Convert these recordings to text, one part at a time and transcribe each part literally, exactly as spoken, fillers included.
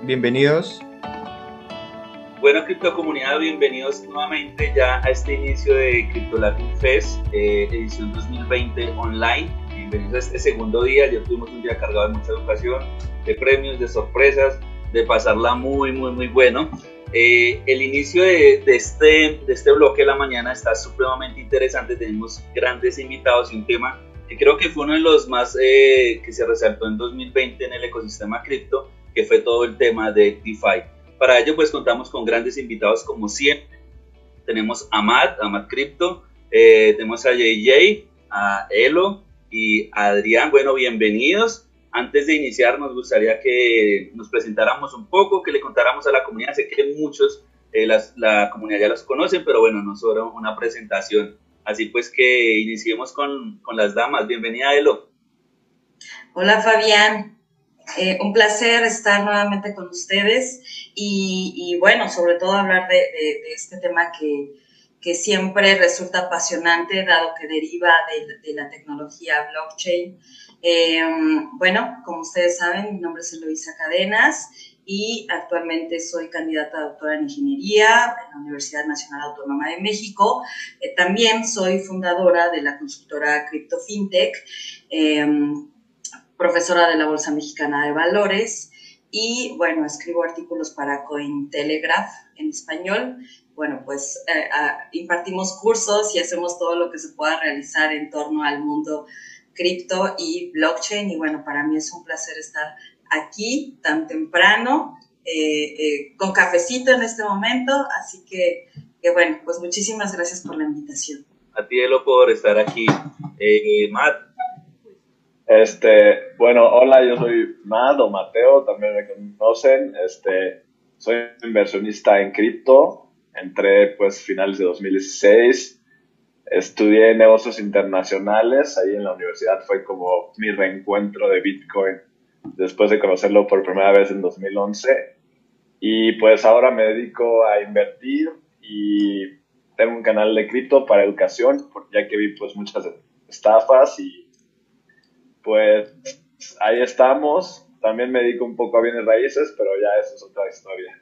Bienvenidos. Bueno, criptocomunidad, bienvenidos nuevamente ya a este inicio de Crypto Latin Fest, eh, edición dos mil veinte online. Bienvenidos a este segundo día. Ya tuvimos un día cargado de mucha educación, de premios, de sorpresas, de pasarla muy, muy, muy bueno. Eh, el inicio de, de, este, de este bloque de la mañana está supremamente interesante. Tenemos grandes invitados y un tema que creo que fue uno de los más eh, que se resaltó en dos mil veinte en el ecosistema cripto, que fue todo el tema de DeFi. Para ello, pues contamos con grandes invitados como siempre. Tenemos a Matt, a Matt Crypto, eh, tenemos a J J, a Elo y a Adrián. Bueno, bienvenidos. Antes de iniciar, nos gustaría que nos presentáramos un poco, que le contáramos a la comunidad. Sé que muchos, eh, las, la comunidad ya los conocen, pero bueno, nos sobra una presentación. Así pues que iniciemos con, con las damas. Bienvenida, Elo. Hola, Fabián. Eh, un placer estar nuevamente con ustedes y, y bueno, sobre todo hablar de, de, de este tema que, que siempre resulta apasionante, dado que deriva de, de la tecnología blockchain. Eh, bueno, como ustedes saben, mi nombre es Eloisa Cadenas y actualmente soy candidata a doctora en Ingeniería en la Universidad Nacional Autónoma de México. Eh, también soy fundadora de la consultora Crypto Fintech, eh, profesora de la Bolsa Mexicana de Valores y, bueno, escribo artículos para Cointelegraph en español. Bueno, pues eh, uh, impartimos cursos y hacemos todo lo que se pueda realizar en torno al mundo cripto y blockchain. Y, bueno, para mí es un placer estar aquí tan temprano, eh, eh, con cafecito en este momento. Así que, que, bueno, pues muchísimas gracias por la invitación. A ti, Elo, por estar aquí. Eh, Matt. Este, bueno, hola, yo soy Matt o Mateo, también me conocen. Este, soy inversionista en cripto. Entré pues finales de dos mil dieciséis. Estudié negocios internacionales. Ahí en la universidad fue como mi reencuentro de Bitcoin después de conocerlo por primera vez en dos mil once. Y pues ahora me dedico a invertir y tengo un canal de cripto para educación, ya que vi pues muchas estafas y pues ahí estamos. También me dedico un poco a bienes raíces, pero ya eso es otra historia.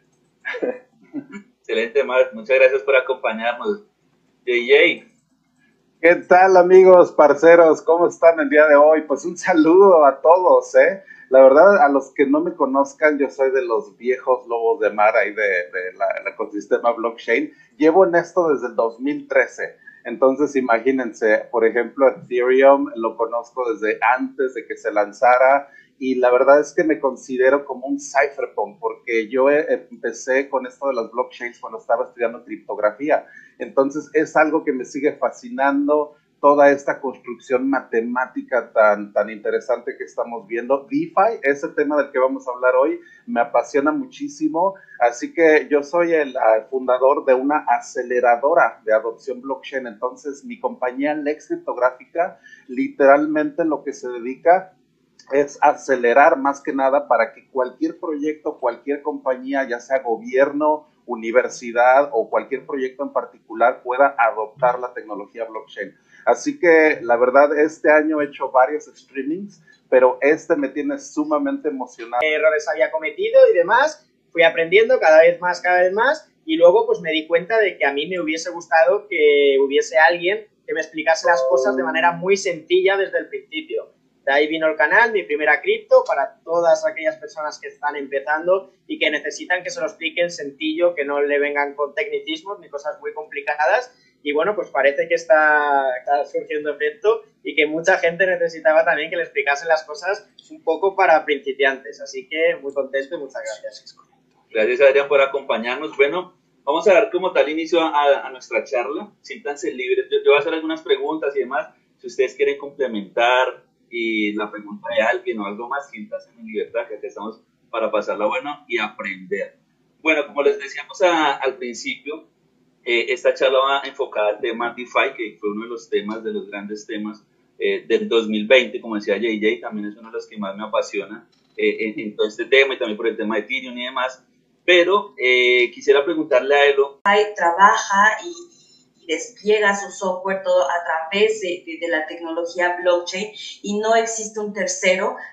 Excelente, Matt. Muchas gracias por acompañarnos. J J. ¿Qué tal, amigos, parceros? ¿Cómo están el día de hoy? Pues un saludo a todos, ¿eh? La verdad, a los que no me conozcan, yo soy de los viejos lobos de mar ahí de, de la, el ecosistema blockchain. Llevo en esto desde el dos mil trece. Entonces, imagínense, por ejemplo, Ethereum lo conozco desde antes de que se lanzara y la verdad es que me considero como un cypherpunk porque yo empecé con esto de las blockchains cuando estaba estudiando criptografía. Entonces, es algo que me sigue fascinando, toda esta construcción matemática tan, tan interesante que estamos viendo. DeFi, ese tema del que vamos a hablar hoy, me apasiona muchísimo. Así que yo soy el uh, fundador de una aceleradora de adopción blockchain. Entonces, mi compañía Lex Criptográfica, literalmente lo que se dedica es acelerar más que nada para que cualquier proyecto, cualquier compañía, ya sea gobierno, universidad o cualquier proyecto en particular pueda adoptar la tecnología blockchain. Así que la verdad este año he hecho varios streamings, pero este me tiene sumamente emocionado. ¿Qué errores había cometido y demás? Fui aprendiendo cada vez más, cada vez más y luego pues me di cuenta de que a mí me hubiese gustado que hubiese alguien que me explicase las cosas de manera muy sencilla desde el principio. De ahí vino el canal, mi primera cripto, para todas aquellas personas que están empezando y que necesitan que se lo expliquen sencillo, que no le vengan con tecnicismos ni cosas muy complicadas. Y bueno, pues parece que está, está surgiendo efecto y que mucha gente necesitaba también que le explicasen las cosas un poco para principiantes. Así que muy contento y muchas gracias. Gracias, Adrián, por acompañarnos. Bueno, vamos a dar como tal inicio a, a nuestra charla. Siéntanse libres. Yo, yo voy a hacer algunas preguntas y demás. Si ustedes quieren complementar y la pregunta de alguien o algo más, siéntanse en libertad, que aquí estamos para pasarla bueno y aprender. Bueno, como les decíamos a, al principio, eh, esta charla va enfocada al tema DeFi, que fue uno de los temas, de los grandes temas eh, del dos mil veinte, como decía J J, también es uno de los que más me apasiona eh, en, en todo este tema y también por el tema de Ethereum y demás. Pero eh, quisiera preguntarle a Elo. Trabaja y despliega su software todo a través de, de, de la tecnología blockchain y no existe un tercero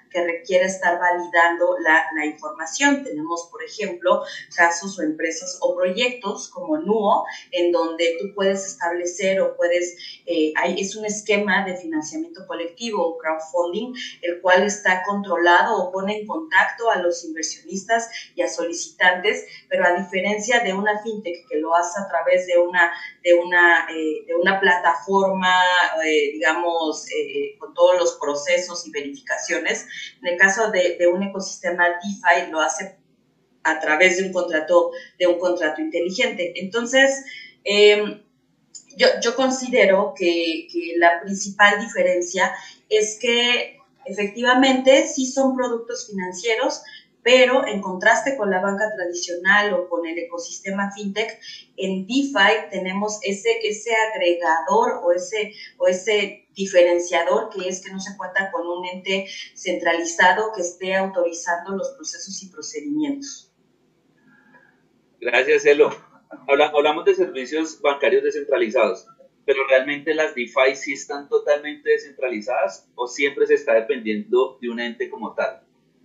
que requiere estar validando la, la información. Tenemos, por ejemplo, casos o empresas o proyectos como Nuo, en donde tú puedes establecer o puedes, eh, hay, es un esquema de financiamiento colectivo o crowdfunding, el cual está controlado o pone en contacto a los inversionistas y a solicitantes, pero a diferencia de una fintech que lo hace a través de una, de una, eh, de una plataforma, eh, digamos, eh, con todos los procesos y verificaciones, en el caso de, de un ecosistema DeFi lo hace a través de un contrato, de un contrato inteligente. Entonces, eh, yo, yo considero que, que la principal diferencia es que efectivamente sí son productos financieros, pero en contraste con la banca tradicional o con el ecosistema fintech, en DeFi tenemos ese, ese agregador o ese, o ese diferenciador, que es que no se cuenta con un ente centralizado que esté autorizando los procesos y procedimientos. Gracias, Elo. Habla, hablamos de servicios bancarios descentralizados, pero ¿realmente las DeFi sí están totalmente descentralizadas o siempre se está dependiendo de un ente como tal?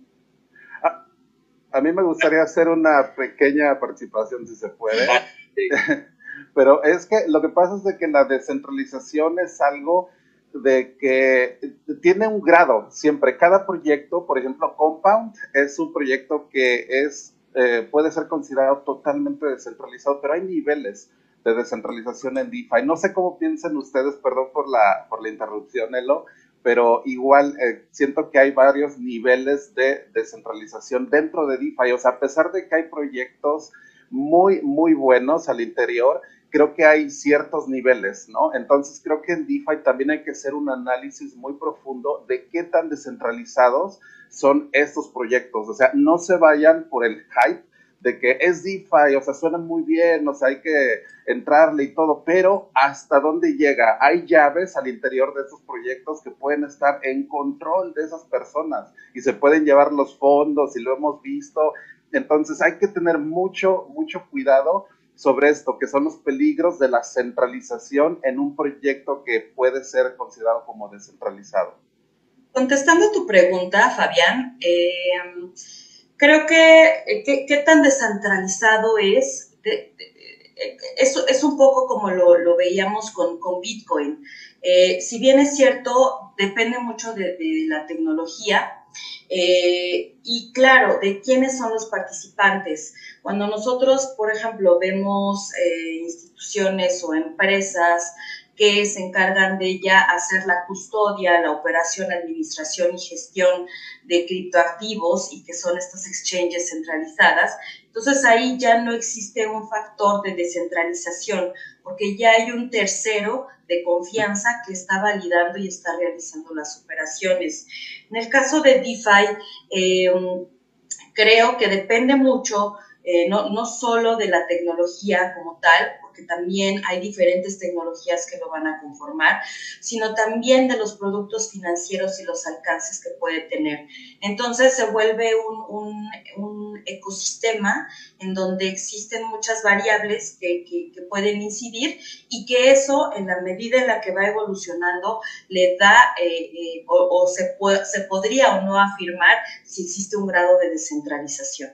A, a mí me gustaría hacer una pequeña participación, si se puede. Sí. Pero es que lo que pasa es de que la descentralización es algo de que tiene un grado siempre. Cada proyecto, por ejemplo, Compound es un proyecto que es Eh, puede ser considerado totalmente descentralizado, pero hay niveles de descentralización en DeFi. No sé cómo piensen ustedes, perdón por la, por la interrupción, Elo, pero igual eh, siento que hay varios niveles de descentralización dentro de DeFi. O sea, a pesar de que hay proyectos muy, muy buenos al interior, creo que hay ciertos niveles, ¿no? Entonces creo que en DeFi también hay que hacer un análisis muy profundo de qué tan descentralizados son estos proyectos. O sea, no se vayan por el hype de que es DeFi, o sea, suena muy bien, o sea, hay que entrarle y todo, pero ¿hasta dónde llega? Hay llaves al interior de estos proyectos que pueden estar en control de esas personas y se pueden llevar los fondos y lo hemos visto. Entonces hay que tener mucho, mucho cuidado sobre esto, que son los peligros de la centralización en un proyecto que puede ser considerado como descentralizado. Contestando tu pregunta, Fabián, eh, creo que ¿qué, qué tan descentralizado es? De, de, de, eso es un poco como lo, lo veíamos con, con Bitcoin. Eh, si bien es cierto, depende mucho de, de la tecnología, eh, y claro, de quiénes son los participantes. Cuando nosotros, por ejemplo, vemos eh, instituciones o empresas que se encargan de ya hacer la custodia, la operación, administración y gestión de criptoactivos y que son estas exchanges centralizadas, entonces ahí ya no existe un factor de descentralización porque ya hay un tercero de confianza que está validando y está realizando las operaciones. En el caso de DeFi, eh, creo que depende mucho Eh, no, no solo de la tecnología como tal, porque también hay diferentes tecnologías que lo van a conformar, sino también de los productos financieros y los alcances que puede tener. Entonces se vuelve un, un, un ecosistema en donde existen muchas variables que, que, que pueden incidir y que eso, en la medida en la que va evolucionando, le da eh, eh, o, o se, puede, se podría o no afirmar si existe un grado de descentralización.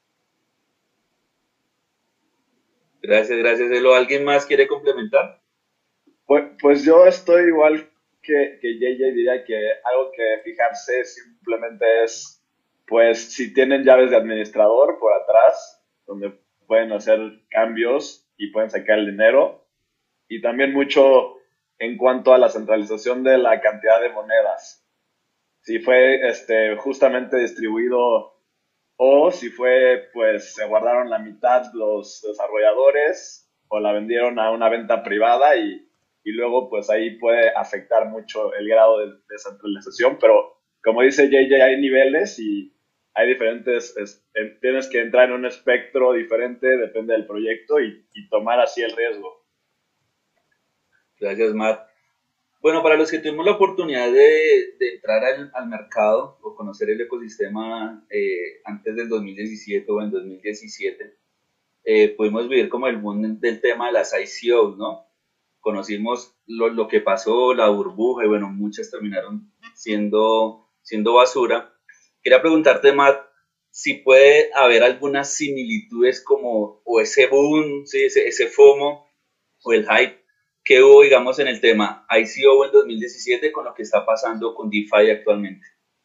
Gracias, gracias, Elo. ¿Alguien más quiere complementar? Pues, pues yo estoy igual que, que J J, diría que algo que fijarse simplemente es, pues, si tienen llaves de administrador por atrás, donde pueden hacer cambios y pueden sacar el dinero, y también mucho en cuanto a la centralización de la cantidad de monedas. Si fue este, justamente distribuido o si fue, pues, se guardaron la mitad los desarrolladores o la vendieron a una venta privada y, y luego, pues, ahí puede afectar mucho el grado de descentralización. Pero, como dice J J, hay niveles y hay diferentes, es, tienes que entrar en un espectro diferente, depende del proyecto y, y tomar así el riesgo. Gracias, Matt. Bueno, para los que tuvimos la oportunidad de, de entrar al, al mercado o conocer el ecosistema eh, antes del dos mil diecisiete o en dos mil diecisiete, eh, pudimos vivir como el boom del tema de las I C Os, ¿no? Conocimos lo, lo que pasó, la burbuja, y bueno, muchas terminaron siendo, siendo basura, Quería preguntarte, Matt, si puede haber algunas similitudes como, o ese boom, ¿sí? ese, ese FOMO, o el hype que hubo, digamos, en el tema I C O en dos mil diecisiete con lo que está pasando con DeFi actualmente.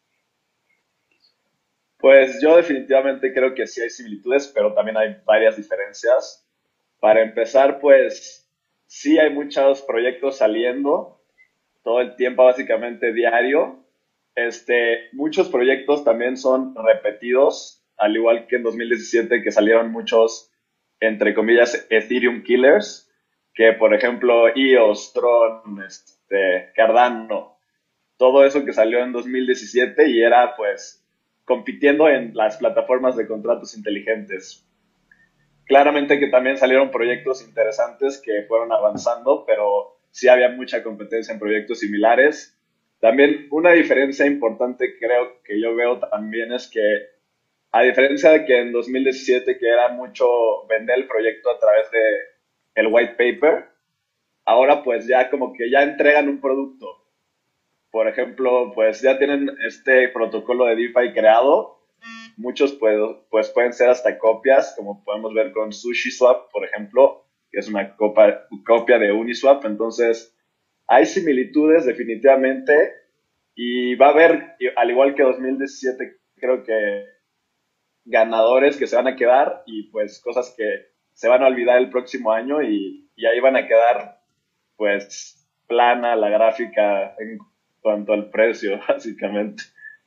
Pues yo definitivamente creo que sí hay similitudes, pero también hay varias diferencias. Para empezar, pues sí hay muchos proyectos saliendo todo el tiempo, básicamente diario. Este, muchos proyectos también son repetidos, al igual que en dos mil diecisiete que salieron muchos, entre comillas, Ethereum killers, que por ejemplo E O S, Tron, este, Cardano, todo eso que salió en dos mil diecisiete y era pues compitiendo en las plataformas de contratos inteligentes. Claramente que también salieron proyectos interesantes que fueron avanzando, pero sí había mucha competencia en proyectos similares. También una diferencia importante creo que yo veo también es que, a diferencia de que en dos mil diecisiete que era mucho vender el proyecto a través de el white paper, ahora pues ya como que ya entregan un producto. Por ejemplo, pues ya tienen este protocolo de DeFi creado. Muchos pues, pues pueden ser hasta copias, como podemos ver con SushiSwap, por ejemplo, que es una copa, copia de Uniswap. Entonces, hay similitudes definitivamente y va a haber, al igual que dos mil diecisiete, creo que ganadores que se van a quedar y pues cosas que se van a olvidar el próximo año y, y ahí van a quedar pues plana la gráfica en cuanto al precio, básicamente.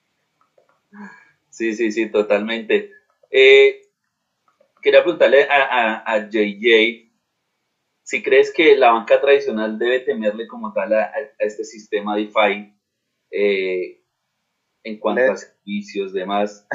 Sí, sí, sí, totalmente. Eh, quería preguntarle a, a, a J J si crees que la banca tradicional debe temerle como tal a, a este sistema DeFi eh, en cuanto Le... a servicios, demás.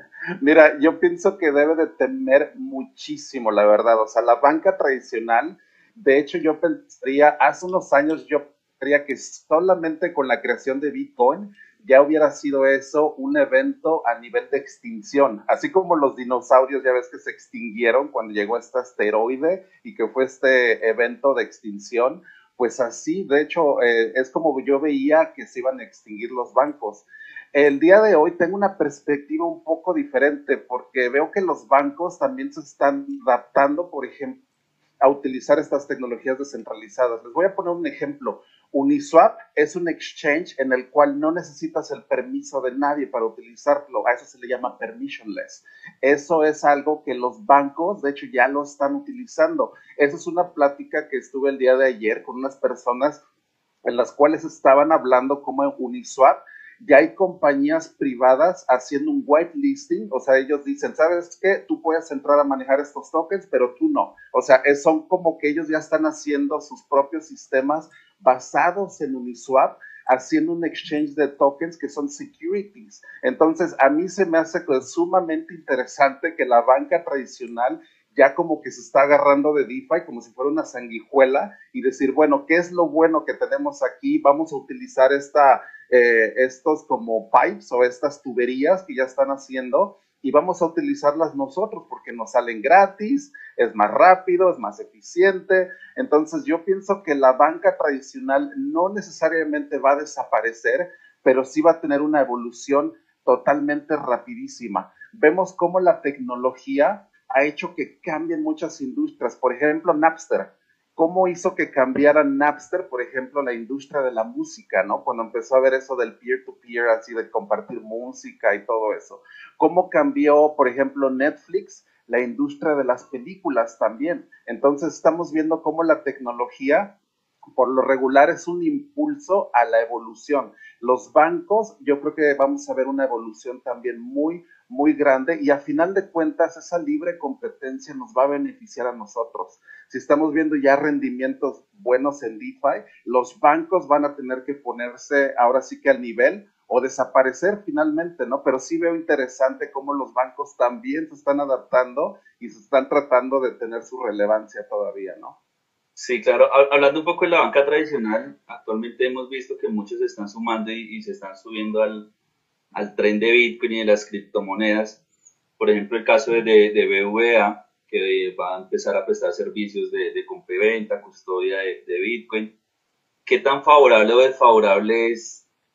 Mira, yo pienso que debe de temer muchísimo, la verdad. O sea, la banca tradicional, de hecho, yo pensaría, hace unos años yo pensaría que solamente con la creación de Bitcoin ya hubiera sido eso un evento a nivel de extinción. Así como los dinosaurios, ya ves que se extinguieron cuando llegó este asteroide y que fue este evento de extinción, pues así, de hecho, eh, es como yo veía que se iban a extinguir los bancos. El día de hoy tengo una perspectiva un poco diferente porque veo que los bancos también se están adaptando, por ejemplo, a utilizar estas tecnologías descentralizadas. Les voy a poner un ejemplo. Uniswap es un exchange en el cual no necesitas el permiso de nadie para utilizarlo. A eso se le llama permissionless. Eso es algo que los bancos, de hecho, ya lo están utilizando. Esa es una plática que estuve el día de ayer con unas personas en las cuales estaban hablando como en Uniswap. Ya hay compañías privadas haciendo un whitelisting, o sea, ellos dicen, ¿sabes qué? Tú puedes entrar a manejar estos tokens, pero tú no. O sea, es, son como que ellos ya están haciendo sus propios sistemas basados en Uniswap, haciendo un exchange de tokens que son securities. Entonces, a mí se me hace que es sumamente interesante que la banca tradicional ya como que se está agarrando de DeFi como si fuera una sanguijuela y decir, bueno, ¿qué es lo bueno que tenemos aquí? Vamos a utilizar esta, eh, estos como pipes o estas tuberías que ya están haciendo y vamos a utilizarlas nosotros porque nos salen gratis, es más rápido, es más eficiente. Entonces yo pienso que la banca tradicional no necesariamente va a desaparecer, pero sí va a tener una evolución totalmente rapidísima. Vemos cómo la tecnología ha hecho que cambien muchas industrias. Por ejemplo, Napster. ¿Cómo hizo que cambiara Napster, por ejemplo, la industria de la música, ¿no? Cuando empezó a ver eso del peer-to-peer, así de compartir música y todo eso. ¿Cómo cambió, por ejemplo, Netflix, la industria de las películas también? Entonces, estamos viendo cómo la tecnología, por lo regular, es un impulso a la evolución. Los bancos, yo creo que vamos a ver una evolución también muy, muy grande y a final de cuentas esa libre competencia nos va a beneficiar a nosotros. Si estamos viendo ya rendimientos buenos en DeFi, los bancos van a tener que ponerse ahora sí que al nivel o desaparecer finalmente, ¿no? Pero sí veo interesante cómo los bancos también se están adaptando y se están tratando de tener su relevancia todavía, ¿no? Sí, claro. Hablando un poco de la banca tradicional, actualmente hemos visto que muchos se están sumando y, y se están subiendo al, al tren de Bitcoin y de las criptomonedas. Por ejemplo, el caso de, de B B V A, que va a empezar a prestar servicios de, de compra y venta, custodia de, de Bitcoin. ¿Qué tan favorable o desfavorable es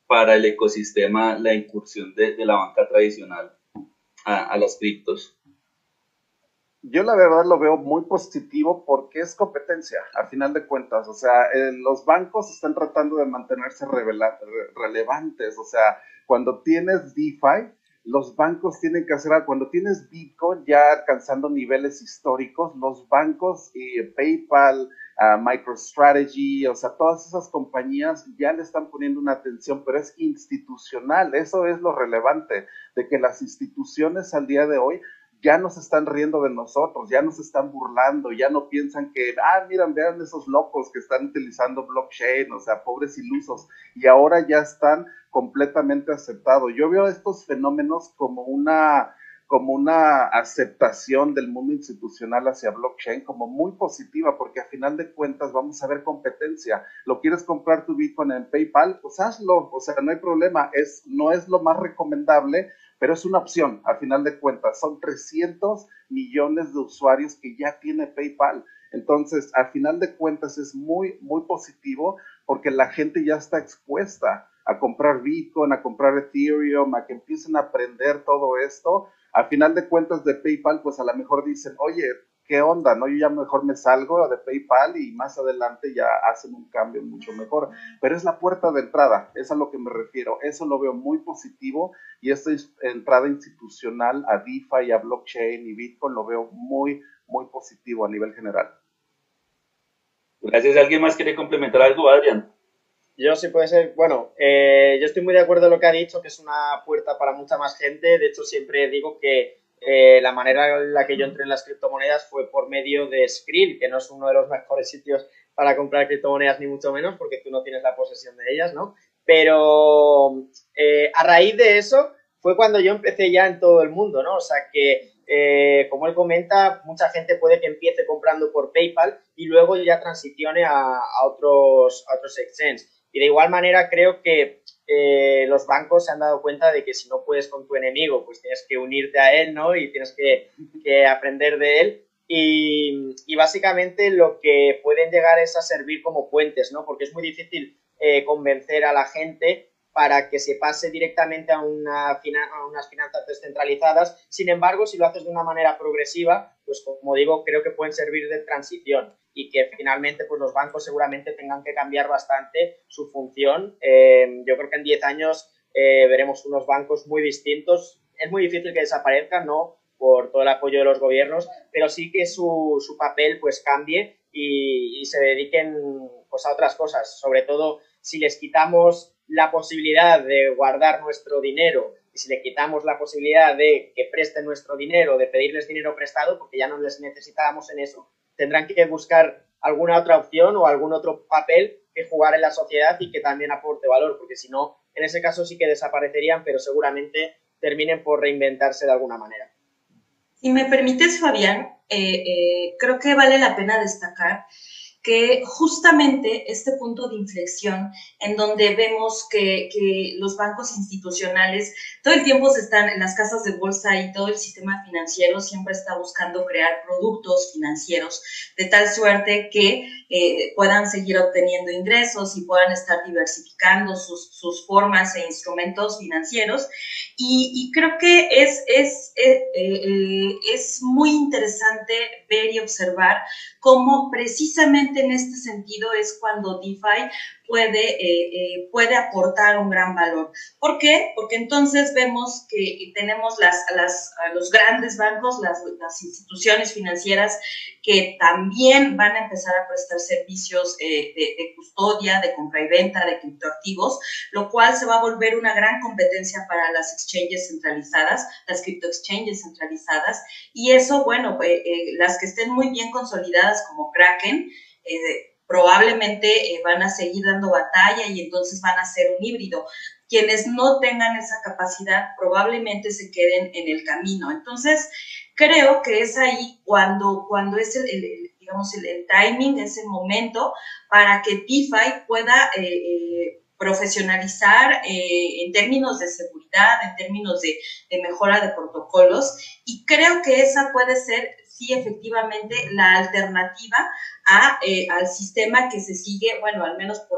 para el ecosistema la incursión de, de la banca tradicional a, a las criptos? Yo la verdad lo veo muy positivo porque es competencia, al final de cuentas. O sea, eh, los bancos están tratando de mantenerse revela- re- relevantes. O sea, cuando tienes DeFi, los bancos tienen que hacer, cuando tienes Bitcoin ya alcanzando niveles históricos, los bancos, eh, PayPal, uh, MicroStrategy, o sea, todas esas compañías ya le están poniendo una atención, pero es institucional. Eso es lo relevante, de que las instituciones al día de hoy ya no se están riendo de nosotros, ya nos están burlando, ya no piensan que, ah, miren, vean esos locos que están utilizando blockchain, o sea, pobres ilusos, y ahora ya están completamente aceptados. Yo veo estos fenómenos como una, como una aceptación del mundo institucional hacia blockchain como muy positiva, porque a final de cuentas vamos a ver competencia. ¿Lo quieres comprar tu Bitcoin en PayPal? Pues hazlo, o sea, no hay problema, es, no es lo más recomendable, pero es una opción, al final de cuentas. Son trescientos millones de usuarios que ya tiene PayPal. Entonces, al final de cuentas es muy, muy positivo porque la gente ya está expuesta a comprar Bitcoin, a comprar Ethereum, a que empiecen a aprender todo esto. Al final de cuentas de PayPal, pues a lo mejor dicen, oye, ¿qué onda? ¿No? Yo ya mejor me salgo de PayPal y más adelante ya hacen un cambio mucho mejor. Pero es la puerta de entrada, es a lo que me refiero. Eso lo veo muy positivo y esta entrada institucional a DeFi, a blockchain y Bitcoin lo veo muy, muy positivo a nivel general. Gracias. ¿Alguien más quiere complementar algo, Adrián? Yo sí puede ser, bueno, eh, yo estoy muy de acuerdo en lo que ha dicho, que es una puerta para mucha más gente. De hecho, siempre digo que eh, la manera en la que yo entré en las criptomonedas fue por medio de Skrill, que no es uno de los mejores sitios para comprar criptomonedas, ni mucho menos, porque tú no tienes la posesión de ellas, ¿no? Pero eh, a raíz de eso fue cuando yo empecé ya en todo el mundo, ¿no? O sea que, eh, como él comenta, mucha gente puede que empiece comprando por PayPal y luego ya transicione a, a otros, a otros exchanges. Y de igual manera creo que eh, los bancos se han dado cuenta de que si no puedes con tu enemigo, pues tienes que unirte a él, ¿no? Y tienes que, que aprender de él. Y, y básicamente lo que pueden llegar es a servir como puentes, ¿no? Porque es muy difícil eh, convencer a la gente para que se pase directamente a, una, a unas finanzas descentralizadas. Sin embargo, si lo haces de una manera progresiva, pues como digo, creo que pueden servir de transición y que finalmente pues los bancos seguramente tengan que cambiar bastante su función. Eh, yo creo que en diez años eh, veremos unos bancos muy distintos. Es muy difícil que desaparezcan, ¿no?, por todo el apoyo de los gobiernos, pero sí que su, su papel pues cambie y, y se dediquen pues a otras cosas. Sobre todo si les quitamos la posibilidad de guardar nuestro dinero y si le quitamos la posibilidad de que presten nuestro dinero, de pedirles dinero prestado, porque ya no les necesitábamos en eso, tendrán que buscar alguna otra opción o algún otro papel que jugar en la sociedad y que también aporte valor, porque si no, en ese caso sí que desaparecerían, pero seguramente terminen por reinventarse de alguna manera. Si me permites, Fabián, eh, eh, creo que vale la pena destacar que justamente este punto de inflexión en donde vemos que, que los bancos institucionales todo el tiempo se están en las casas de bolsa y todo el sistema financiero siempre está buscando crear productos financieros de tal suerte que eh, puedan seguir obteniendo ingresos y puedan estar diversificando sus, sus formas e instrumentos financieros y, y creo que es, es, eh, eh, es muy interesante ver y observar cómo precisamente en este sentido es cuando DeFi puede, eh, eh, puede aportar un gran valor. ¿Por qué? Porque entonces vemos que tenemos las, las, los grandes bancos, las, las instituciones financieras que también van a empezar a prestar servicios eh, de, de custodia, de compra y venta de criptoactivos, lo cual se va a volver una gran competencia para las exchanges centralizadas, las cripto exchanges centralizadas, y eso, bueno, eh, eh, las que estén muy bien consolidadas como Kraken, eh, probablemente eh, van a seguir dando batalla y entonces van a ser un híbrido. Quienes no tengan esa capacidad probablemente se queden en el camino. Entonces, creo que es ahí cuando, cuando es el, el digamos, el, el timing, es el momento para que DeFi pueda eh, eh, profesionalizar eh, en términos de seguridad, en términos de, de mejora de protocolos, y creo que esa puede ser, sí, efectivamente, la alternativa a, eh, al sistema que se sigue, bueno, al menos por,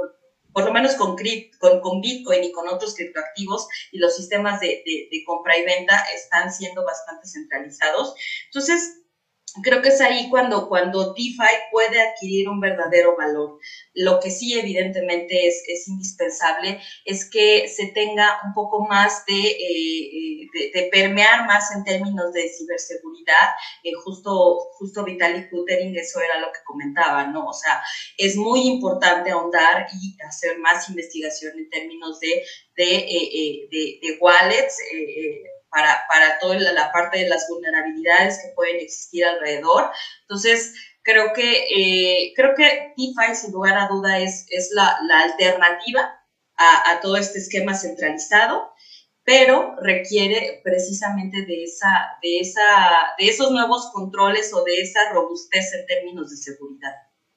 por lo menos con, con, con Bitcoin y con otros criptoactivos, y los sistemas de, de, de compra y venta están siendo bastante centralizados. Entonces, creo que es ahí cuando, cuando DeFi puede adquirir un verdadero valor. Lo que sí, evidentemente, es, es indispensable es que se tenga un poco más de, eh, de, de permear más en términos de ciberseguridad. Eh, justo, justo Vitalik Buterin, eso era lo que comentaba, ¿no? O sea, es muy importante ahondar y hacer más investigación en términos de, de, eh, de, de wallets, eh, para, para toda la, la parte de las vulnerabilidades que pueden existir alrededor. Entonces, creo que, eh, creo que DeFi, sin lugar a duda, es, es la, la alternativa a, a todo este esquema centralizado, pero requiere precisamente de, esa, de, esa, de esos nuevos controles o de esa robustez en términos de seguridad.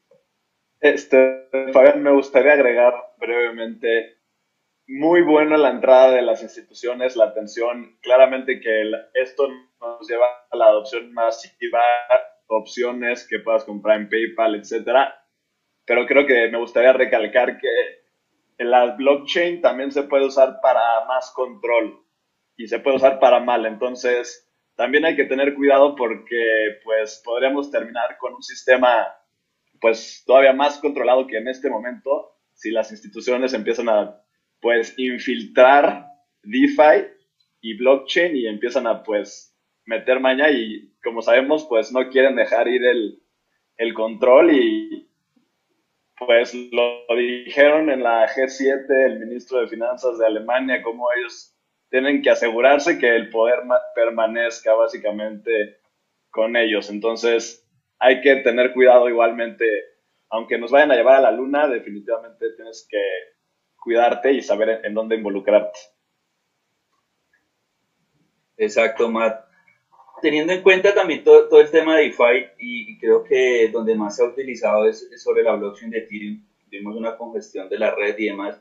Este, Fabián, me gustaría agregar brevemente. Muy buena la entrada de las instituciones, la atención. Claramente que el, esto nos lleva a la adopción masiva, opciones que puedas comprar en PayPal, etcétera. Pero creo que me gustaría recalcar que la blockchain también se puede usar para más control y se puede usar para mal. Entonces, también hay que tener cuidado porque pues podríamos terminar con un sistema pues todavía más controlado que en este momento si las instituciones empiezan a pues infiltrar DeFi y blockchain y empiezan a pues meter maña y como sabemos pues no quieren dejar ir el, el control y pues lo dijeron en la G siete el ministro de Finanzas de Alemania, como ellos tienen que asegurarse que el poder permanezca básicamente con ellos. Entonces hay que tener cuidado igualmente, aunque nos vayan a llevar a la luna, definitivamente tienes que cuidarte y saber en dónde involucrarte. Exacto, Matt. Teniendo en cuenta también todo, todo el tema de DeFi, y, y creo que donde más se ha utilizado es, es sobre la blockchain de Ethereum. Vimos una congestión de la red y demás.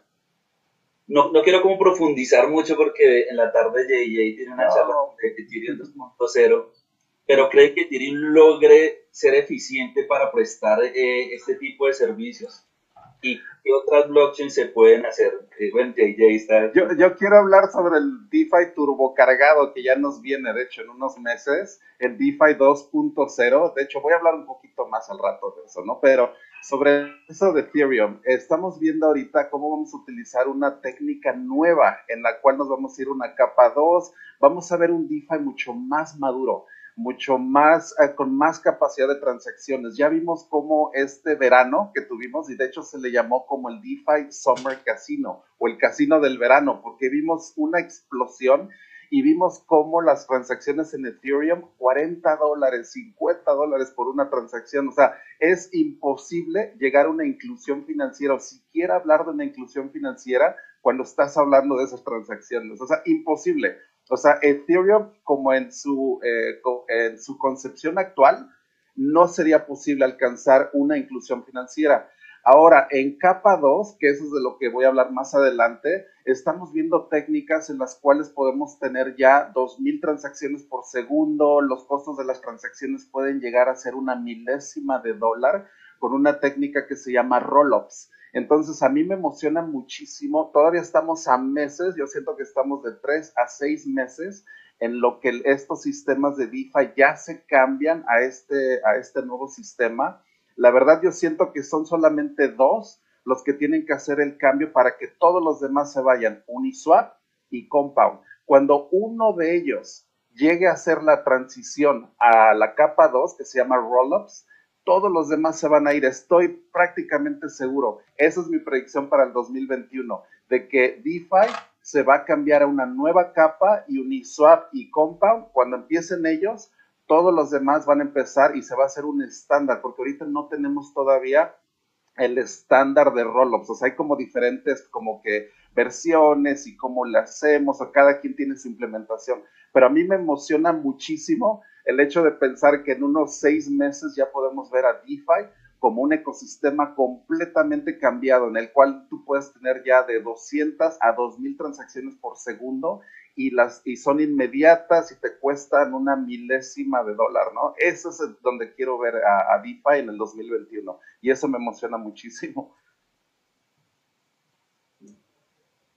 No, no quiero como profundizar mucho porque en la tarde J J tiene una no. charla de Ethereum dos punto cero, pero ¿cree que Ethereum logre ser eficiente para prestar eh, este tipo de servicios? ¿Y qué otras blockchains se pueden hacer? Eh, bueno, J J está... Yo, yo quiero hablar sobre el DeFi turbocargado que ya nos viene, de hecho, en unos meses, el DeFi dos punto cero. De hecho, voy a hablar un poquito más al rato de eso, ¿no? Pero sobre eso de Ethereum, estamos viendo ahorita cómo vamos a utilizar una técnica nueva en la cual nos vamos a ir a una capa dos. Vamos a ver un DeFi mucho más maduro, mucho más, eh, con más capacidad de transacciones. Ya vimos cómo este verano que tuvimos, y de hecho se le llamó como el DeFi Summer Casino, o el casino del verano, porque vimos una explosión y vimos cómo las transacciones en Ethereum, cuarenta dólares, cincuenta dólares por una transacción. O sea, es imposible llegar a una inclusión financiera, o siquiera hablar de una inclusión financiera cuando estás hablando de esas transacciones. O sea, imposible. O sea, Ethereum, como en su, eh, en su concepción actual, no sería posible alcanzar una inclusión financiera. Ahora, en capa dos, que eso es de lo que voy a hablar más adelante, estamos viendo técnicas en las cuales podemos tener ya dos mil transacciones por segundo. Los costos de las transacciones pueden llegar a ser una milésima de dólar con una técnica que se llama roll-ups. Entonces, a mí me emociona muchísimo. Todavía estamos a meses, yo siento que estamos de tres a seis meses en lo que estos sistemas de DeFi ya se cambian a este, a este nuevo sistema. La verdad, yo siento que son solamente dos los que tienen que hacer el cambio para que todos los demás se vayan, Uniswap y Compound. Cuando uno de ellos llegue a hacer la transición a la capa dos, que se llama Rollups, todos los demás se van a ir, estoy prácticamente seguro. Esa es mi predicción para el dos mil veintiuno, de que DeFi se va a cambiar a una nueva capa y Uniswap y Compound, cuando empiecen ellos, todos los demás van a empezar y se va a hacer un estándar, porque ahorita no tenemos todavía el estándar de rollups. O sea, hay como diferentes como que versiones y cómo le hacemos, o cada quien tiene su implementación. Pero a mí me emociona muchísimo el hecho de pensar que en unos seis meses ya podemos ver a DeFi como un ecosistema completamente cambiado, en el cual tú puedes tener ya de doscientas a dos mil transacciones por segundo, y, las, y son inmediatas y te cuestan una milésima de dólar, ¿no? Eso es donde quiero ver a, a DeFi en el dos mil veintiuno, y eso me emociona muchísimo.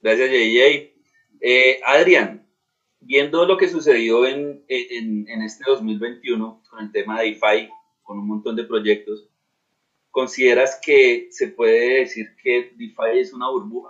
Gracias, J J. Eh, Adrián, viendo lo que sucedió en, en, en este dos mil veintiuno con el tema de DeFi, con un montón de proyectos, ¿consideras que se puede decir que DeFi es una burbuja?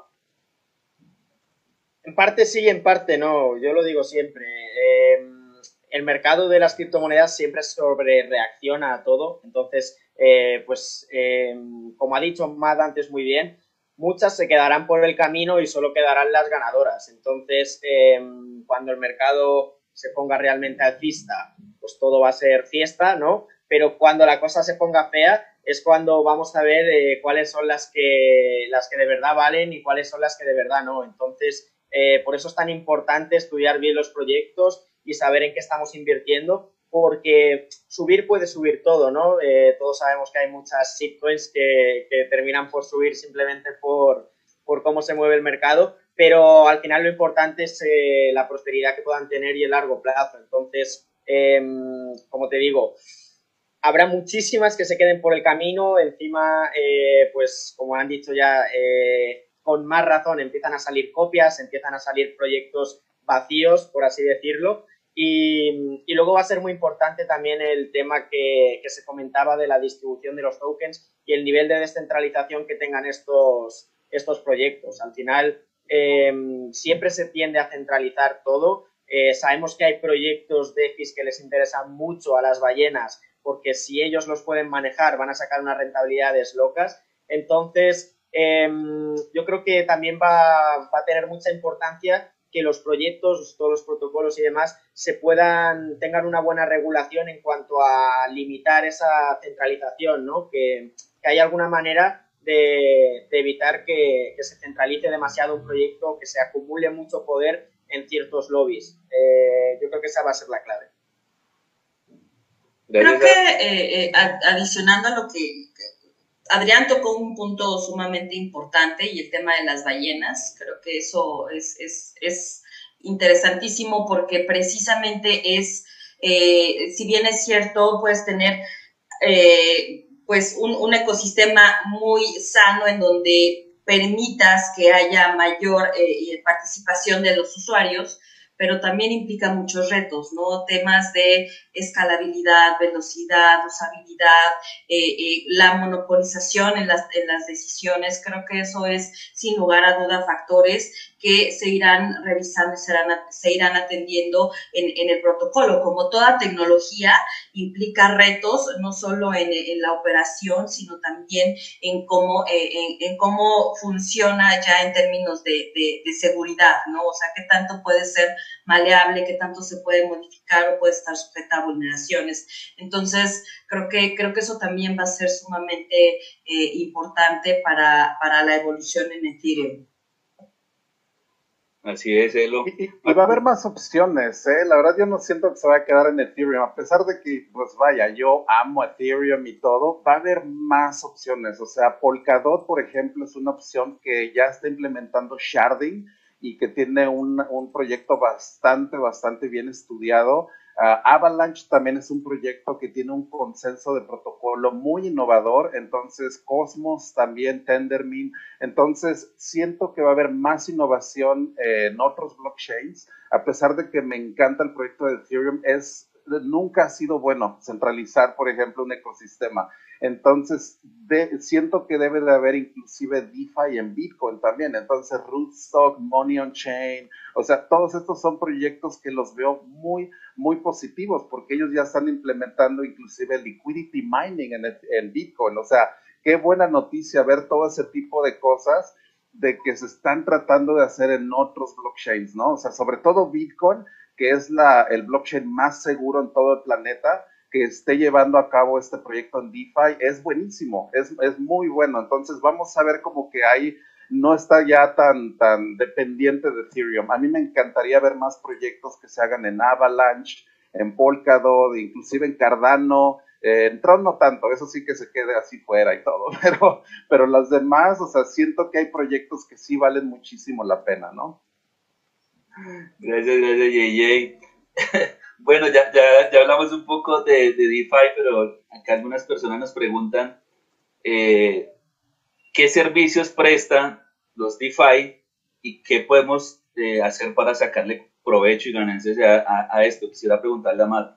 En parte sí, en parte no. Yo lo digo siempre. Eh, el mercado de las criptomonedas siempre sobre reacciona a todo. Entonces, eh, pues, eh, como ha dicho Matt antes muy bien, muchas se quedarán por el camino y solo quedarán las ganadoras. Entonces, eh, cuando el mercado se ponga realmente alcista, pues todo va a ser fiesta, ¿no? Pero cuando la cosa se ponga fea es cuando vamos a ver eh, cuáles son las que, las que de verdad valen y cuáles son las que de verdad no. Entonces, eh, por eso es tan importante estudiar bien los proyectos y saber en qué estamos invirtiendo, porque subir puede subir todo, ¿no? Eh, todos sabemos que hay muchas shitcoins que, que terminan por subir simplemente por, por cómo se mueve el mercado, pero al final lo importante es eh, la prosperidad que puedan tener y el largo plazo. Entonces, eh, como te digo, habrá muchísimas que se queden por el camino. Encima, eh, pues como han dicho ya, eh, con más razón empiezan a salir copias, empiezan a salir proyectos vacíos, por así decirlo. Y, y luego va a ser muy importante también el tema que, que se comentaba de la distribución de los tokens y el nivel de descentralización que tengan estos, estos proyectos. Al final, eh, siempre se tiende a centralizar todo. Eh, sabemos que hay proyectos DeFi que les interesan mucho a las ballenas, porque si ellos los pueden manejar van a sacar unas rentabilidades locas. Entonces, eh, yo creo que también va, va a tener mucha importancia que los proyectos, todos los protocolos y demás, se puedan, tengan una buena regulación en cuanto a limitar esa centralización, ¿no? Que, que haya alguna manera de, de evitar que, que se centralice demasiado un proyecto, que se acumule mucho poder en ciertos lobbies. Eh, yo creo que esa va a ser la clave. Creo que eh, eh, adicionando a lo que Adrián tocó un punto sumamente importante y el tema de las ballenas, creo que eso es, es, es interesantísimo porque precisamente es, eh, si bien es cierto, puedes tener eh, pues un, un ecosistema muy sano en donde permitas que haya mayor eh, participación de los usuarios, pero también implica muchos retos, ¿no? Temas de escalabilidad, velocidad, usabilidad, eh, eh, la monopolización en las, en las decisiones. Creo que eso es, sin lugar a duda, factores que se irán revisando y serán, se irán atendiendo en, en el protocolo. Como toda tecnología, implica retos, no solo en, en la operación, sino también en cómo, eh, en, en cómo funciona ya en términos de, de, de seguridad, ¿no? O sea, qué tanto puede ser maleable, qué tanto se puede modificar o puede estar sujeta a vulneraciones. Entonces, creo que, creo que eso también va a ser sumamente eh, importante para, para la evolución en Ethereum. Así es, Elo. Y, y, y va a haber más opciones, ¿eh? La verdad yo no siento que se vaya a quedar en Ethereum, a pesar de que, pues vaya, yo amo Ethereum y todo, va a haber más opciones. O sea, Polkadot, por ejemplo, es una opción que ya está implementando sharding y que tiene un, un proyecto bastante, bastante bien estudiado. Uh, Avalanche también es un proyecto que tiene un consenso de protocolo muy innovador, entonces Cosmos también, Tendermint, entonces siento que va a haber más innovación eh, en otros blockchains, a pesar de que me encanta el proyecto de Ethereum, es, nunca ha sido bueno centralizar, por ejemplo, un ecosistema, entonces de, siento que debe de haber inclusive DeFi en Bitcoin también, entonces Rootstock, Money on Chain, o sea, todos estos son proyectos que los veo muy, muy positivos, porque ellos ya están implementando inclusive liquidity mining en, el, en Bitcoin, o sea, qué buena noticia ver todo ese tipo de cosas de que se están tratando de hacer en otros blockchains, ¿no? O sea, sobre todo Bitcoin, que es la, el blockchain más seguro en todo el planeta, que esté llevando a cabo este proyecto en DeFi, es buenísimo, es, es muy bueno, entonces vamos a ver como que hay, no está ya tan, tan dependiente de Ethereum. A mí me encantaría ver más proyectos que se hagan en Avalanche, en Polkadot, inclusive en Cardano, eh, en Tron no tanto, eso sí que se quede así fuera y todo, pero, pero las demás, o sea, siento que hay proyectos que sí valen muchísimo la pena, ¿no? Gracias, gracias, J J. Bueno, ya, ya, ya hablamos un poco de, de DeFi, pero acá algunas personas nos preguntan eh, ¿qué servicios prestan los DeFi y qué podemos eh, hacer para sacarle provecho y ganancias a, a, a esto. Quisiera preguntarle a Matt.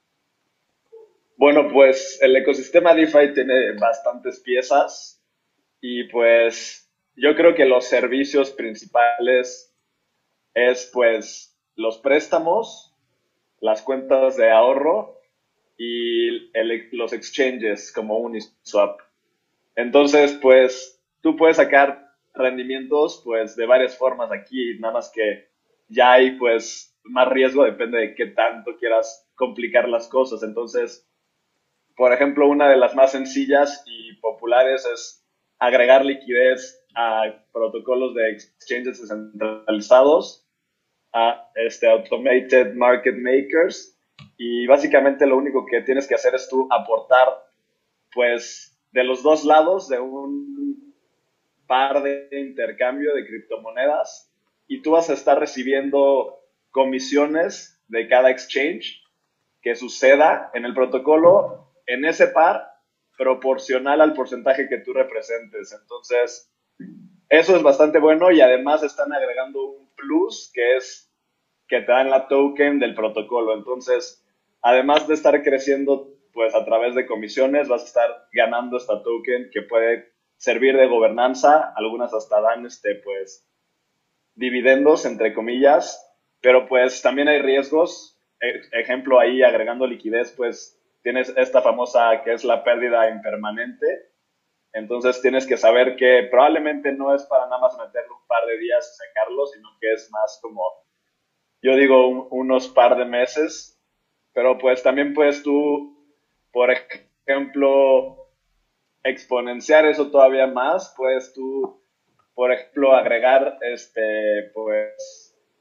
Bueno, pues el ecosistema DeFi tiene bastantes piezas y pues yo creo que los servicios principales es pues los préstamos, las cuentas de ahorro y el, los exchanges como Uniswap. Entonces, pues tú puedes sacar rendimientos pues de varias formas aquí, nada más que ya hay pues más riesgo, depende de qué tanto quieras complicar las cosas. Entonces, por ejemplo, una de las más sencillas y populares es agregar liquidez a protocolos de exchanges descentralizados, a este, automated market makers, y básicamente lo único que tienes que hacer es tú aportar pues de los dos lados de un par de intercambio de criptomonedas y tú vas a estar recibiendo comisiones de cada exchange que suceda en el protocolo en ese par proporcional al porcentaje que tú representes. Entonces, eso es bastante bueno y además están agregando un plus que es que te dan la token del protocolo. Entonces, además de estar creciendo pues a través de comisiones, vas a estar ganando esta token que puede servir de gobernanza. Algunas hasta dan este pues dividendos entre comillas, pero pues también hay riesgos. Ejemplo ahí agregando liquidez pues tienes esta famosa que es la pérdida impermanente. Entonces tienes que saber que probablemente no es para nada más meterlo un par de días y sacarlo, sino que es más como, yo digo, un, unos par de meses. Pero pues también puedes tú, por ejemplo, exponenciar eso todavía más. Puedes tú, por ejemplo, agregar este, pues,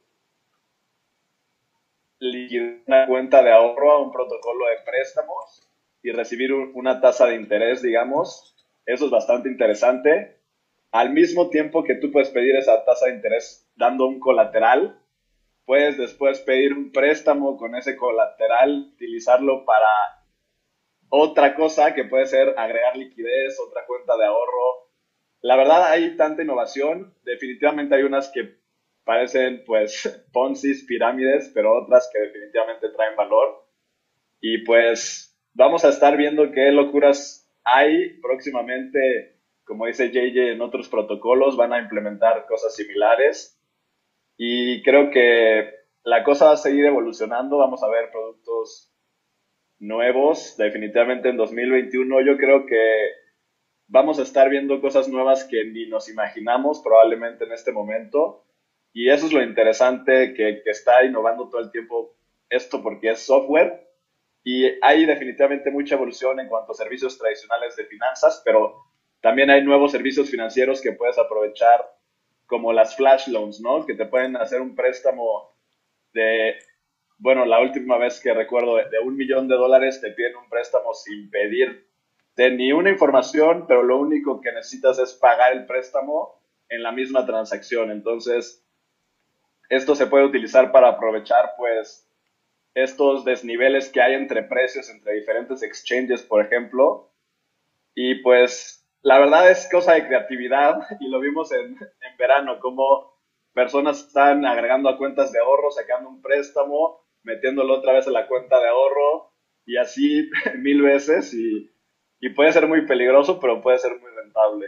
liquidar una cuenta de ahorro a un protocolo de préstamos y recibir un, una tasa de interés, digamos. Eso es bastante interesante. Al mismo tiempo que tú puedes pedir esa tasa de interés dando un colateral, puedes después pedir un préstamo con ese colateral, utilizarlo para otra cosa que puede ser agregar liquidez, otra cuenta de ahorro. La verdad hay tanta innovación. Definitivamente hay unas que parecen pues poncis, pirámides, pero otras que definitivamente traen valor. Y pues vamos a estar viendo qué locuras hay próximamente. Como dice J J, en otros protocolos van a implementar cosas similares. Y creo que la cosa va a seguir evolucionando. Vamos a ver productos nuevos. Definitivamente en dos mil veintiuno yo creo que vamos a estar viendo cosas nuevas que ni nos imaginamos probablemente en este momento. Y eso es lo interesante, que, que está innovando todo el tiempo esto porque es software. Y hay definitivamente mucha evolución en cuanto a servicios tradicionales de finanzas, pero también hay nuevos servicios financieros que puedes aprovechar, como las flash loans, ¿no? Que te pueden hacer un préstamo de, bueno, la última vez que recuerdo, de, de un millón de dólares te piden un préstamo sin pedirte ni una información, pero lo único que necesitas es pagar el préstamo en la misma transacción. Entonces, esto se puede utilizar para aprovechar, pues, estos desniveles que hay entre precios, entre diferentes exchanges, por ejemplo. Y pues, la verdad es cosa de creatividad y lo vimos en, en verano, como personas están agregando a cuentas de ahorro, sacando un préstamo, metiéndolo otra vez a la cuenta de ahorro y así mil veces. Y, y puede ser muy peligroso, pero puede ser muy rentable.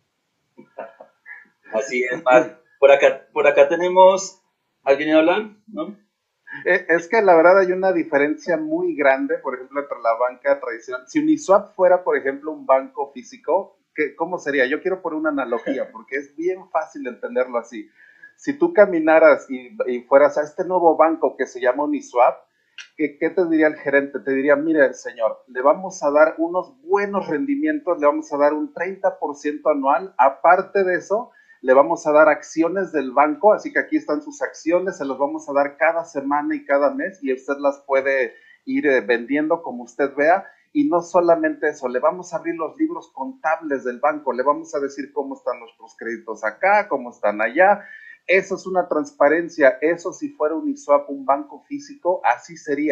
Así es, Matt. Por acá, por acá tenemos, ¿alguien habla? ¿No? Es que la verdad hay una diferencia muy grande, por ejemplo, entre la banca tradicional. Si Uniswap fuera, por ejemplo, un banco físico, ¿qué, ¿cómo sería? Yo quiero poner una analogía, porque es bien fácil entenderlo así. Si tú caminaras y, y fueras a este nuevo banco que se llama Uniswap, ¿qué, ¿qué te diría el gerente? Te diría, mire, señor, le vamos a dar unos buenos rendimientos, le vamos a dar un treinta por ciento anual, aparte de eso, le vamos a dar acciones del banco, así que aquí están sus acciones, se las vamos a dar cada semana y cada mes y usted las puede ir eh, vendiendo como usted vea. Y no solamente eso, le vamos a abrir los libros contables del banco, le vamos a decir cómo están nuestros créditos acá, cómo están allá. Eso es una transparencia. Eso, si fuera Uniswap, un banco físico, así sería.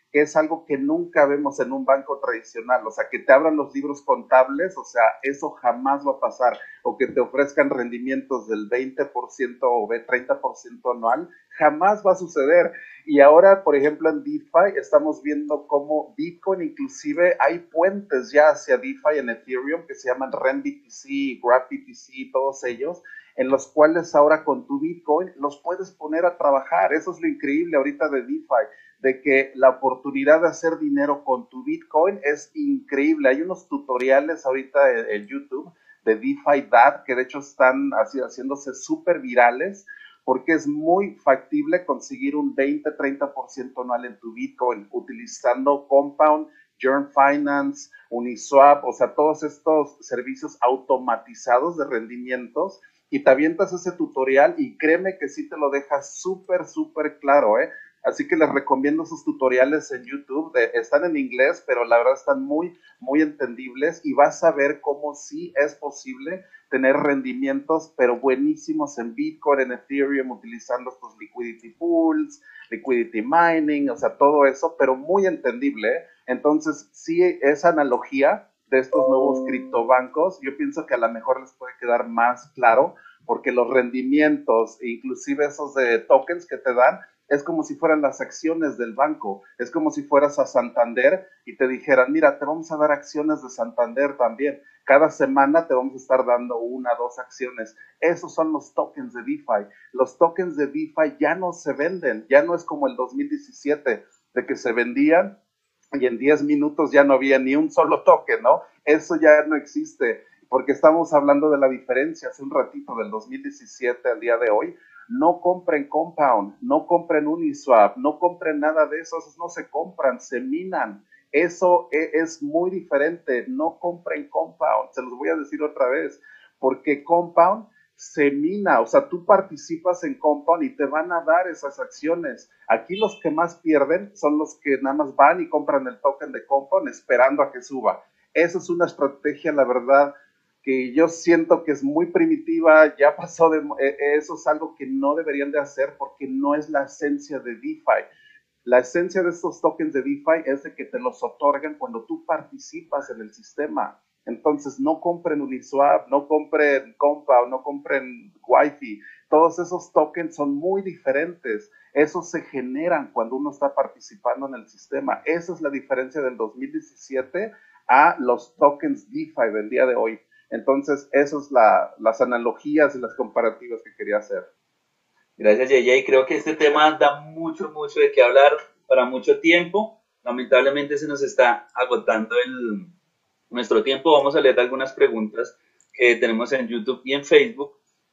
que es algo que nunca vemos en un banco tradicional, o sea, que te abran los libros contables, o sea, eso jamás va a pasar, o que te ofrezcan rendimientos del veinte por ciento o treinta por ciento anual, jamás va a suceder. Y ahora, por ejemplo, en DeFi estamos viendo cómo Bitcoin, inclusive hay puentes ya hacia DeFi en Ethereum que se llaman RenBTC, GrabBTC, todos ellos, en los cuales ahora con tu Bitcoin los puedes poner a trabajar. Eso es lo increíble ahorita de DeFi, de que la oportunidad de hacer dinero con tu Bitcoin es increíble. Hay unos tutoriales ahorita en, en YouTube de DeFi Dad que de hecho están así, haciéndose súper virales, porque es muy factible conseguir un veinte a treinta por ciento anual en tu Bitcoin utilizando Compound, Yearn Finance, Uniswap, o sea, todos estos servicios automatizados de rendimientos, y te avientas ese tutorial y créeme que sí te lo deja súper, súper claro, ¿eh? Así que les recomiendo esos tutoriales en YouTube, de, están en inglés, pero la verdad están muy, muy entendibles y vas a ver cómo sí es posible tener rendimientos, pero buenísimos en Bitcoin, en Ethereum, utilizando estos liquidity pools, liquidity mining, o sea, todo eso, pero muy entendible, ¿eh? Entonces, sí, esa analogía de estos nuevos criptobancos, yo pienso que a lo mejor les puede quedar más claro, porque los rendimientos, inclusive esos de tokens que te dan, es como si fueran las acciones del banco, es como si fueras a Santander y te dijeran, mira, te vamos a dar acciones de Santander también, cada semana te vamos a estar dando una, dos acciones. Esos son los tokens de DeFi. Los tokens de DeFi ya no se venden, ya no es como el dos mil diecisiete, de que se vendían y en diez minutos ya no había ni un solo token, ¿no? Eso ya no existe, porque estamos hablando de la diferencia hace un ratito del dos mil diecisiete al día de hoy. No compren Compound, no compren Uniswap, no compren nada de eso, esos no se compran, se minan. Eso es muy diferente, no compren Compound, se los voy a decir otra vez, porque Compound se mina, o sea, tú participas en Compound y te van a dar esas acciones. Aquí los que más pierden son los que nada más van y compran el token de Compound esperando a que suba. Esa es una estrategia, la verdad, que yo siento que es muy primitiva, ya pasó de, eh, eso es algo que no deberían de hacer porque no es la esencia de DeFi. La esencia de estos tokens de DeFi es de que te los otorgan cuando tú participas en el sistema. Entonces, no compren Uniswap, no compren Compound, no compren Wi-Fi. Todos esos tokens son muy diferentes. Esos se generan cuando uno está participando en el sistema. Esa es la diferencia del dos mil diecisiete a los tokens DeFi del día de hoy. Entonces, esas son la, las analogías y las comparativas que quería hacer. Gracias, J J. Creo que este tema da mucho, mucho de qué hablar para mucho tiempo. Lamentablemente se nos está agotando el, nuestro tiempo. Vamos a leer algunas preguntas que tenemos en YouTube y en Facebook.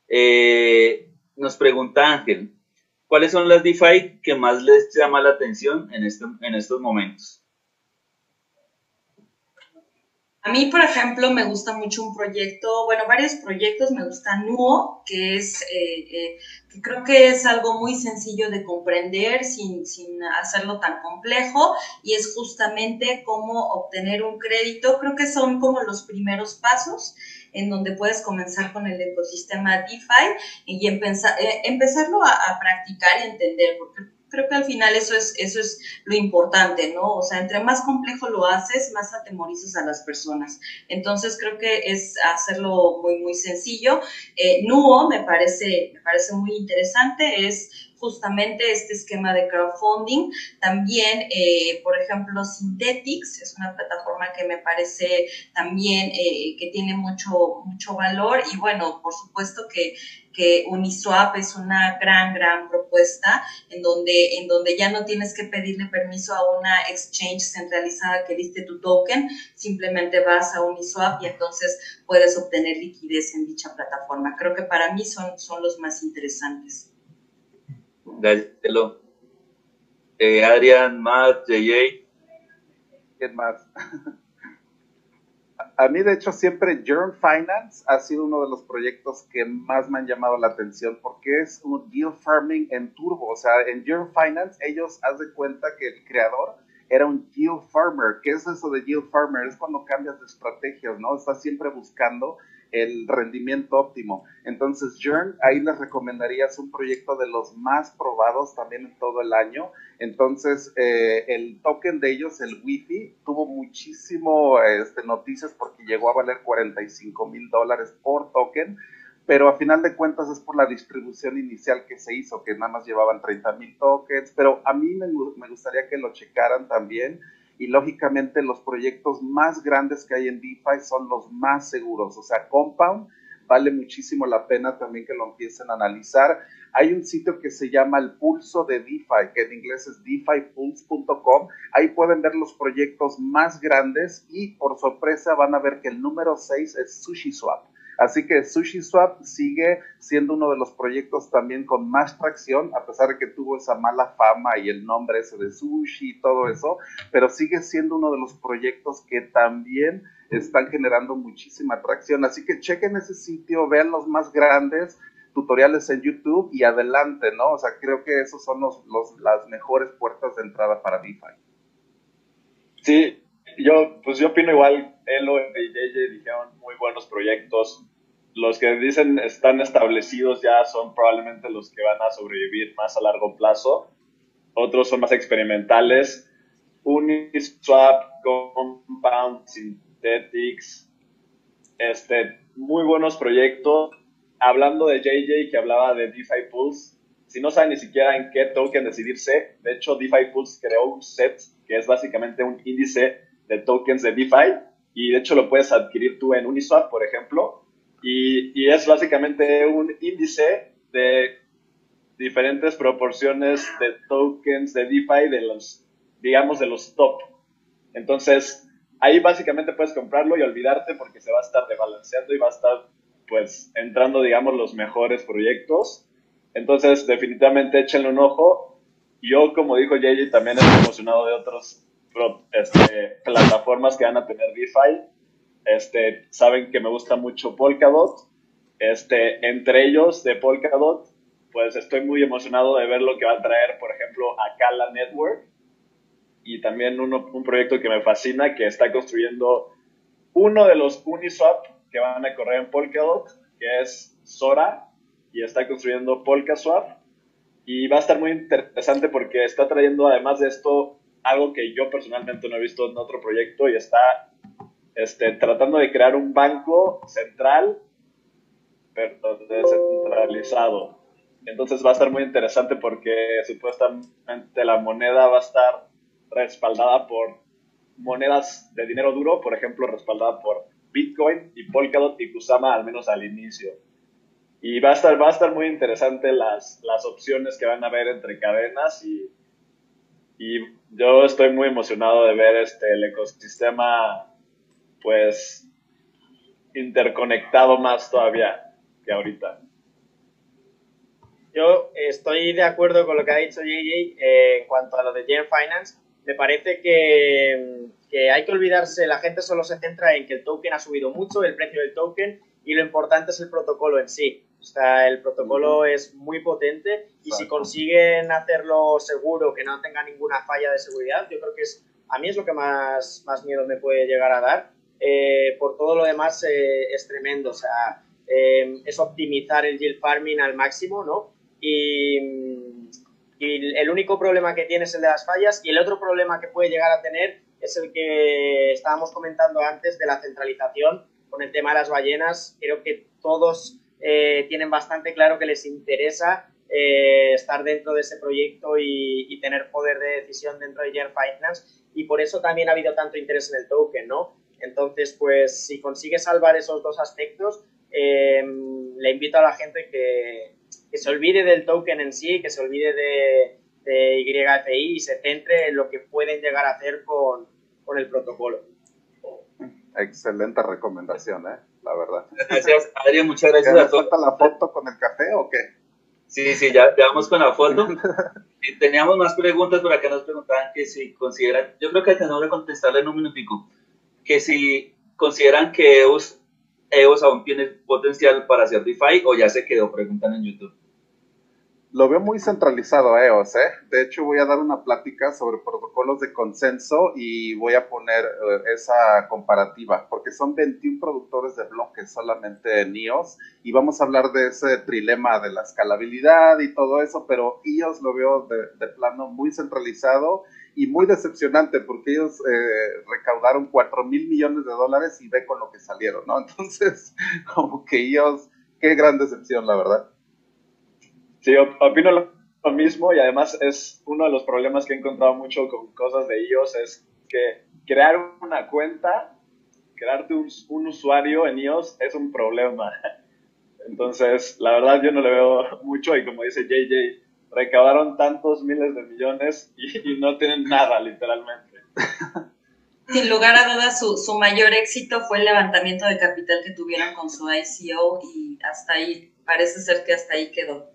Eh, nos pregunta Ángel, ¿cuáles son las DeFi que más les llama la atención en, este, en estos momentos? A mí, por ejemplo, me gusta mucho un proyecto, bueno, varios proyectos, me gusta Nuo, que es, eh, eh, que creo que es algo muy sencillo de comprender sin, sin hacerlo tan complejo, y es justamente cómo obtener un crédito. Creo que son como los primeros pasos en donde puedes comenzar con el ecosistema DeFi y empezar, eh, empezarlo a, a practicar y entender, porque creo que al final eso es, eso es lo importante, ¿no? O sea, entre más complejo lo haces, más atemorizas a las personas. Entonces, creo que es hacerlo muy, muy sencillo. Eh, Nuo me parece, me parece muy interesante, es justamente este esquema de crowdfunding. También, eh, por ejemplo, Synthetix es una plataforma que me parece también eh, que tiene mucho, mucho valor, y bueno, por supuesto que que Uniswap es una gran, gran propuesta en donde, en donde ya no tienes que pedirle permiso a una exchange centralizada que liste tu token, simplemente vas a Uniswap y entonces puedes obtener liquidez en dicha plataforma. Creo que para mí son, son los más interesantes. Gracias, Telo. Eh, Adrián, Matt, J J. ¿Quién más? A mí, de hecho, siempre Yearn Finance ha sido uno de los proyectos que más me han llamado la atención porque es un yield farming en turbo. O sea, en Yearn Finance ellos, haz de cuenta que el creador era un yield farmer. ¿Qué es eso de yield farmer? Es cuando cambias de estrategias, ¿no? Estás siempre buscando el rendimiento óptimo. Entonces, Yearn, ahí les recomendaría, es un proyecto de los más probados también en todo el año. Entonces, eh, el token de ellos, el Wi-Fi, tuvo muchísimo este, noticias porque llegó a valer cuarenta y cinco mil dólares por token, pero a final de cuentas es por la distribución inicial que se hizo, que nada más llevaban treinta mil tokens, pero a mí me, me gustaría que lo checaran también, y lógicamente los proyectos más grandes que hay en DeFi son los más seguros, o sea, Compound vale muchísimo la pena también que lo empiecen a analizar. Hay un sitio que se llama el Pulso de DeFi, que en inglés es defi pulse punto com. Ahí pueden ver los proyectos más grandes y por sorpresa van a ver que el número seis es SushiSwap. Así que SushiSwap sigue siendo uno de los proyectos también con más tracción, a pesar de que tuvo esa mala fama y el nombre ese de sushi y todo eso, pero sigue siendo uno de los proyectos que también están generando muchísima atracción. Así que chequen ese sitio, vean los más grandes, tutoriales en YouTube y adelante, ¿no? O sea, creo que esos son los, los, las mejores puertas de entrada para DeFi. Sí, yo, pues yo opino igual. Elo y J J dijeron muy buenos proyectos. Los que dicen están establecidos ya son probablemente los que van a sobrevivir más a largo plazo. Otros son más experimentales. Uniswap, Compound, Synthetics, este, muy buenos proyectos. Hablando de J J, que hablaba de DeFi Pulse, si no saben ni siquiera en qué token decidirse, de hecho DeFi Pulse creó un set que es básicamente un índice de tokens de DeFi, y de hecho lo puedes adquirir tú en Uniswap, por ejemplo, y, y es básicamente un índice de diferentes proporciones de tokens de DeFi, de los, digamos, de los top. Entonces, ahí básicamente puedes comprarlo y olvidarte porque se va a estar rebalanceando y va a estar, pues, entrando, digamos, los mejores proyectos. Entonces, definitivamente échenle un ojo. Yo, como dijo J J, también estoy emocionado de otros Este, plataformas que van a tener DeFi. Este, saben que me gusta mucho Polkadot. Este, entre ellos, de Polkadot, pues estoy muy emocionado de ver lo que va a traer, por ejemplo, Acala Network. Y también uno, un proyecto que me fascina, que está construyendo uno de los Uniswap que van a correr en Polkadot, que es Sora, y está construyendo Polkaswap. Y va a estar muy interesante porque está trayendo, además de esto, algo que yo personalmente no he visto en otro proyecto, y está este, tratando de crear un banco central, pero descentralizado. Entonces va a estar muy interesante porque supuestamente la moneda va a estar respaldada por monedas de dinero duro, por ejemplo, respaldada por Bitcoin y Polkadot y Kusama, al menos al inicio. Y va a estar, va a estar muy interesante las, las opciones que van a haber entre cadenas, y Y yo estoy muy emocionado de ver este, el ecosistema, pues, interconectado más todavía que ahorita. Yo estoy de acuerdo con lo que ha dicho J J eh, en cuanto a lo de Yearn Finance. Me parece que, que hay que olvidarse, la gente solo se centra en que el token ha subido mucho, el precio del token, y lo importante es el protocolo en sí. O sea, el protocolo es muy potente y si consiguen hacerlo seguro, que no tenga ninguna falla de seguridad, yo creo que es, a mí es lo que más, más miedo me puede llegar a dar. Eh, por todo lo demás eh, es tremendo, o sea, eh, es optimizar el yield farming al máximo, ¿no? Y, y el único problema que tiene es el de las fallas, y el otro problema que puede llegar a tener es el que estábamos comentando antes de la centralización con el tema de las ballenas. Creo que todos eh, tienen bastante claro que les interesa eh, estar dentro de ese proyecto y, y tener poder de decisión dentro de Yearn Finance, y por eso también ha habido tanto interés en el token, ¿no? Entonces, pues, si consigue salvar esos dos aspectos, eh, le invito a la gente que, que se olvide del token en sí, que se olvide de, de Y F I y se centre en lo que pueden llegar a hacer con, con el protocolo. Excelente recomendación, ¿eh? La verdad. Gracias, Adrián, muchas gracias ¿Ya a nos todos. falta la foto con el café o qué? Sí, sí, ya, ya vamos con la foto. Y teníamos más preguntas por acá, nos preguntaban que si consideran, yo creo que tenemos que contestarle en un minutico, que si consideran que E O S, E O S aún tiene potencial para hacer DeFi o ya se quedó, preguntan en YouTube. Lo veo muy centralizado a E O S, ¿eh? De hecho, voy a dar una plática sobre protocolos de consenso y voy a poner uh, esa comparativa, porque son veintiún productores de bloques solamente en E O S, y vamos a hablar de ese trilema de la escalabilidad y todo eso, pero E O S lo veo de, de plano muy centralizado y muy decepcionante, porque ellos eh, recaudaron cuatro mil millones de dólares y ve con lo que salieron, ¿no? Entonces, como que E O S, qué gran decepción, la verdad. Sí, opino lo mismo, y además es uno de los problemas que he encontrado mucho con cosas de E O S, es que crear una cuenta, crearte un, un usuario en E O S es un problema. Entonces, la verdad yo no le veo mucho, y como dice J J, recaudaron tantos miles de millones y, y no tienen nada, literalmente. Sin lugar a dudas, su, su mayor éxito fue el levantamiento de capital que tuvieron con su I C O, y hasta ahí, parece ser que hasta ahí quedó.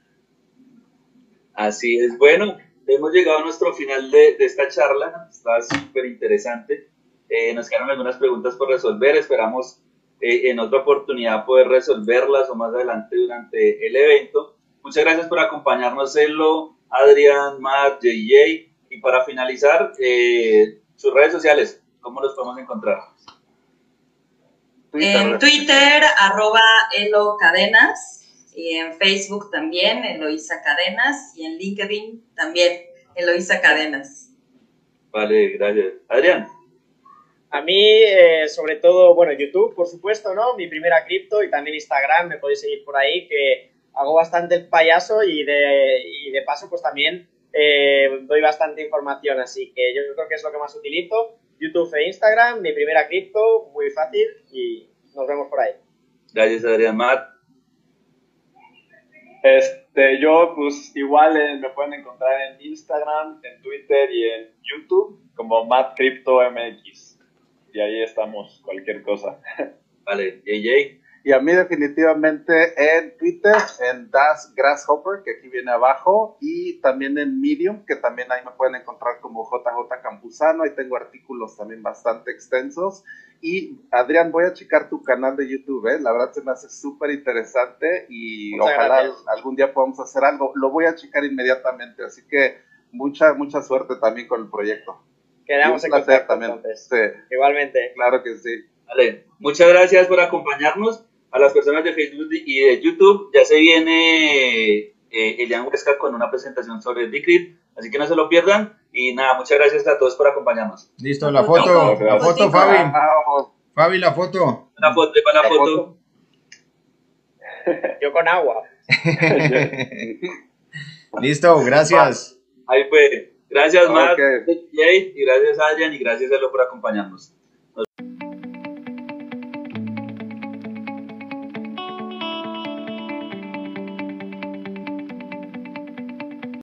Así es. Bueno, hemos llegado a nuestro final de, de esta charla. Está súper interesante. Eh, nos quedaron algunas preguntas por resolver. Esperamos eh, en otra oportunidad poder resolverlas o más adelante durante el evento. Muchas gracias por acompañarnos, Elo, Adrián, Matt, J J. Y para finalizar, eh, sus redes sociales, ¿cómo los podemos encontrar? Twitter. En Twitter, arroba Elo Cadenas. Y en Facebook también, Eloisa Cadenas, y en LinkedIn también, Eloisa Cadenas. Vale, gracias. Adrián. A mí, eh, sobre todo, bueno, YouTube, por supuesto, ¿no? Mi primera cripto, y también Instagram, me podéis seguir por ahí, que hago bastante el payaso, y de, y de paso, pues también eh, doy bastante información, así que yo creo que es lo que más utilizo. YouTube e Instagram, mi primera cripto, muy fácil, y nos vemos por ahí. Gracias, Adrián. Matt. Este, yo, pues, igual eh, me pueden encontrar en Instagram, en Twitter y en YouTube como Matt Crypto M X. Y ahí estamos, cualquier cosa. Vale, J J. Y a mí definitivamente en Twitter, en Das Grasshopper, que aquí viene abajo, y también en Medium, que también ahí me pueden encontrar como J J Campuzano. Ahí tengo artículos también bastante extensos. Y Adrián, voy a checar tu canal de YouTube, ¿eh? La verdad se me hace súper interesante, y Muchas ojalá gracias. algún día podamos hacer algo. Lo voy a checar inmediatamente, así que mucha, mucha suerte también con el proyecto. Quedamos en contacto también. Sí. Igualmente. Claro que sí. Vale, muchas gracias por acompañarnos. A las personas de Facebook y de YouTube, ya se viene eh, Elian Huesca con una presentación sobre Decrypt, así que no se lo pierdan. Y nada, muchas gracias a todos por acompañarnos. Listo, la foto, la, la foto, Fabi. Fabi, la foto. La foto, para la, la foto. foto. Yo con agua. Listo, gracias. Ahí fue. Gracias, okay. Matt, y gracias, Adrián, y gracias a Elo por acompañarnos.